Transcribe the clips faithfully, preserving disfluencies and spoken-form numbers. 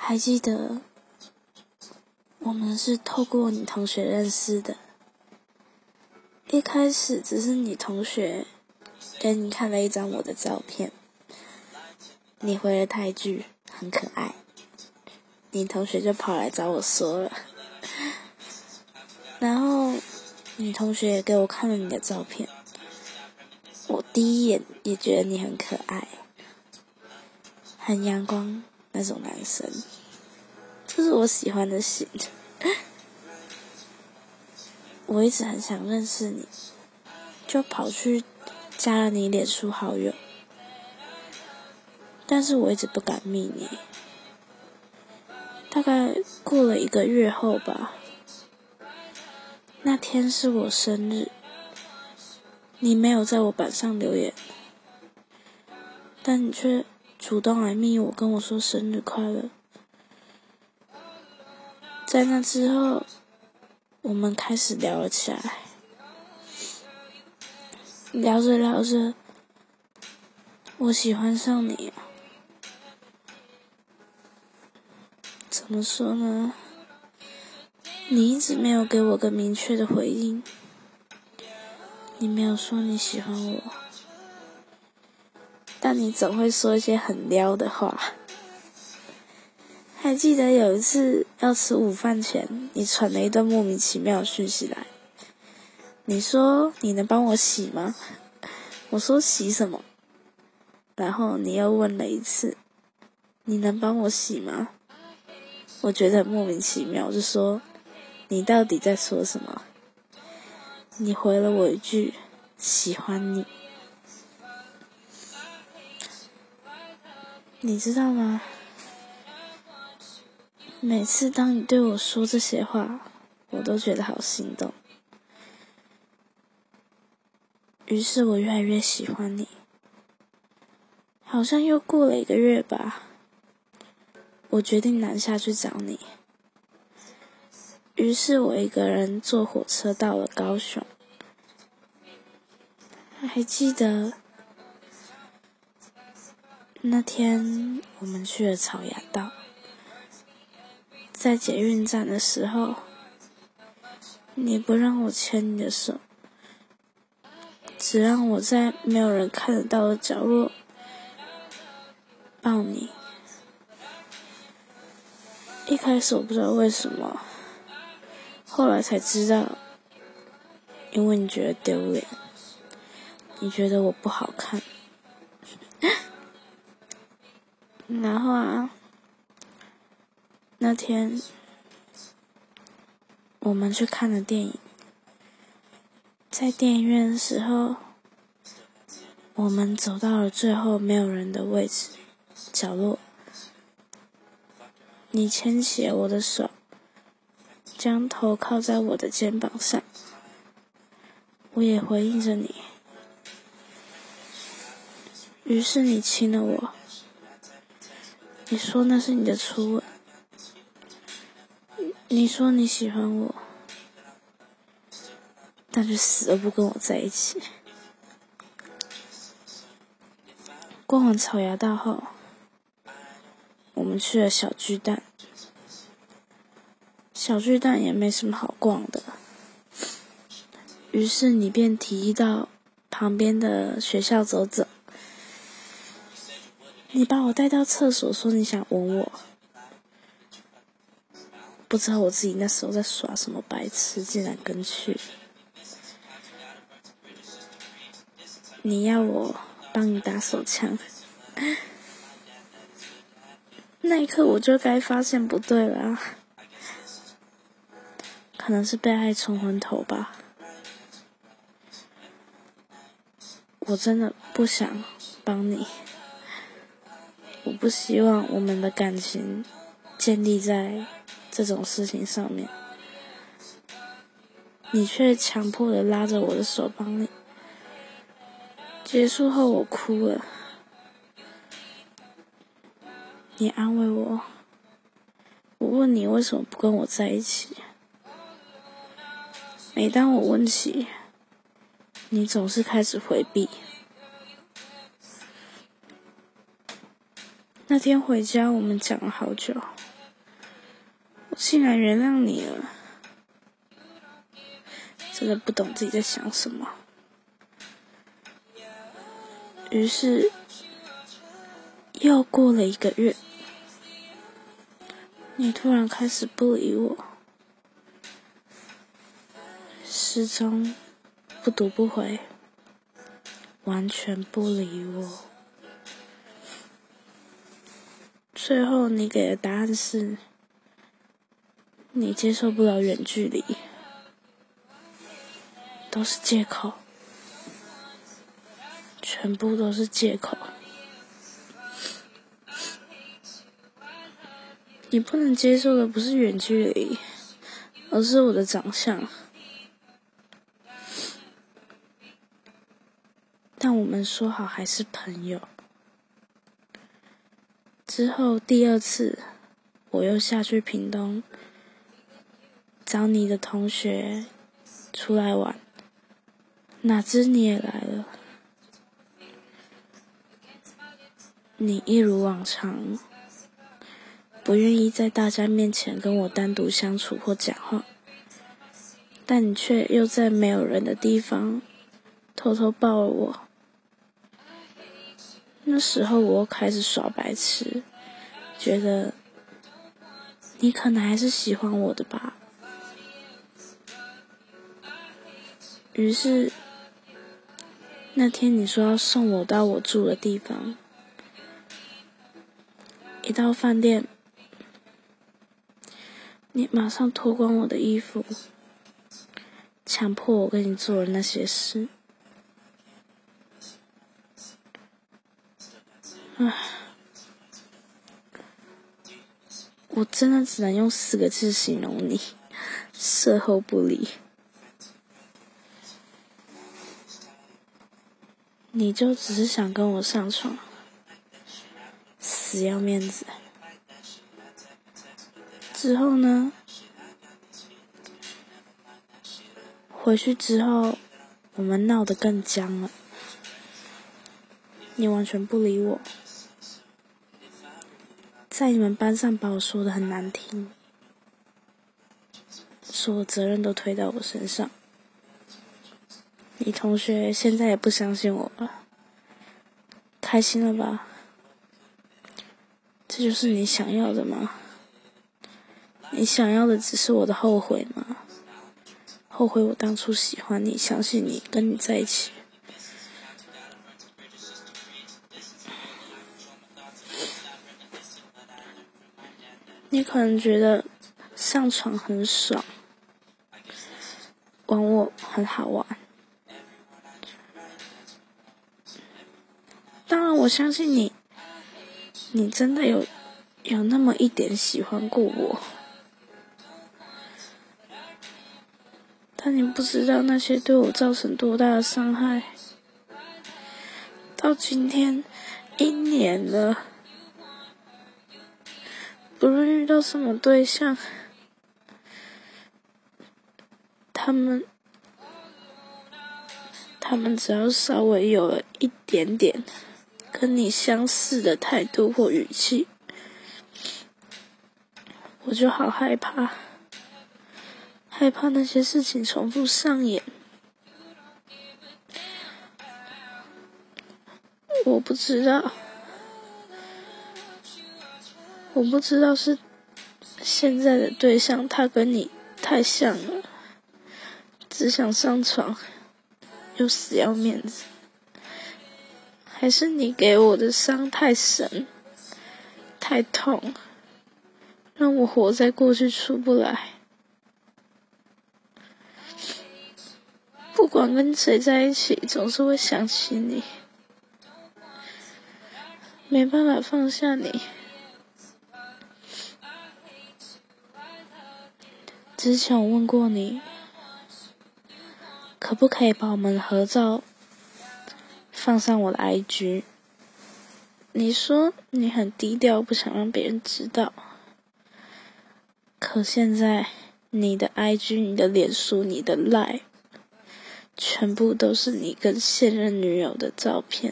还记得我们是透过你同学认识的，一开始只是你同学给你看了一张我的照片，你回了他一句很可爱，你同学就跑来找我说了，然后你同学也给我看了你的照片，我第一眼也觉得你很可爱，很阳光那种男生，这是我喜欢的型。我一直很想认识你，就跑去加了你脸书好友，但是我一直不敢密你。大概过了一个月后吧，那天是我生日，你没有在我板上留言，但你却主动来密我，跟我说生日快乐。在那之后，我们开始聊了起来，聊着聊着，我喜欢上你了。怎么说呢？你一直没有给我个明确的回应，你没有说你喜欢我，但你总会说一些很撩的话。还记得有一次要吃午饭前，你传了一段莫名其妙的讯息来，你说你能帮我洗吗？我说洗什么？然后你又问了一次，你能帮我洗吗？我觉得很莫名其妙，就说你到底在说什么？你回了我一句喜欢你。你知道吗？每次当你对我说这些话，我都觉得好心动。于是我越来越喜欢你。好像又过了一个月吧，我决定南下去找你。于是我一个人坐火车到了高雄。还记得那天我们去了草衙道，在捷运站的时候，你不让我牵你的手，只让我在没有人看得到的角落抱你。一开始我不知道为什么，后来才知道，因为你觉得丢脸，你觉得我不好看。然后啊，那天我们去看了电影，在电影院的时候，我们走到了最后没有人的位置，角落。你牵起了我的手，将头靠在我的肩膀上，我也回应着你。于是你亲了我，你说那是你的初吻，你说你喜欢我，但是死都不跟我在一起。逛完草衙道后，我们去了小巨蛋。小巨蛋也没什么好逛的，于是你便提议到旁边的学校走走。你把我带到厕所，说你想吻我。不知道我自己那时候在耍什么白痴，竟然跟去。你要我帮你打手枪，那一刻我就该发现不对了啊，可能是被爱冲昏头吧。我真的不想帮你，我不希望我们的感情建立在这种事情上面，你却强迫的拉着我的手帮你。结束后我哭了，你安慰我，我问你为什么不跟我在一起。每当我问起，你总是开始回避。那天回家我们讲了好久， 竟然原谅你了，真的不懂自己在想什么。于是又过了一个月，你突然开始不理我，始终不读不回，完全不理我。最后你给的答案是，你接受不了远距离，都是借口，全部都是借口。你不能接受的不是远距离，而是我的长相。但我们说好还是朋友。之后第二次，我又下去屏东找你的同学出来玩，哪知你也来了。你一如往常，不愿意在大家面前跟我单独相处或讲话，但你却又在没有人的地方偷偷抱了我。那时候我开始耍白痴，觉得你可能还是喜欢我的吧。于是那天你说要送我到我住的地方，一到饭店，你马上脱光我的衣服，强迫我跟你做了那些事。唉，我真的只能用四个字形容你：事后不理。你就只是想跟我上床，死要面子。之后呢？回去之后，我们闹得更僵了。你完全不理我，在你们班上把我说得很难听，所有责任都推到我身上。你同学现在也不相信我了，开心了吧？这就是你想要的吗？你想要的只是我的后悔吗？后悔我当初喜欢你，相信你，跟你在一起。你可能觉得上床很爽，玩我很好玩。当然我相信你，你真的有有那么一点喜欢过我，但你不知道那些对我造成多大的伤害。到今天一年了，不论遇到什么对象，他们他们只要稍微有了一点点跟你相似的态度或语气，我就好害怕，害怕那些事情重复上演。我不知道，我不知道是现在的对象他跟你太像了，只想上床，又死要面子，还是你给我的伤太深，太痛，让我活在过去出不来。不管跟谁在一起，总是会想起你，没办法放下你。之前我问过你，可不可以把我们的合照放上我的 I G？ 你说你很低调，不想让别人知道。可现在你的 I G、你的脸书、你的 Line， 全部都是你跟现任女友的照片。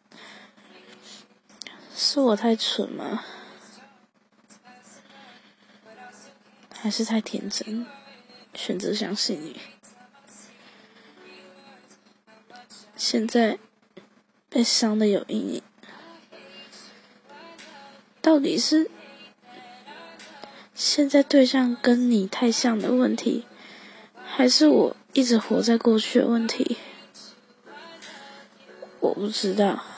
是我太蠢吗？ 还是太天真，选择相信你。现在被伤得有阴影，到底是现在对象跟你太像的问题，还是我一直活在过去的问题？我不知道。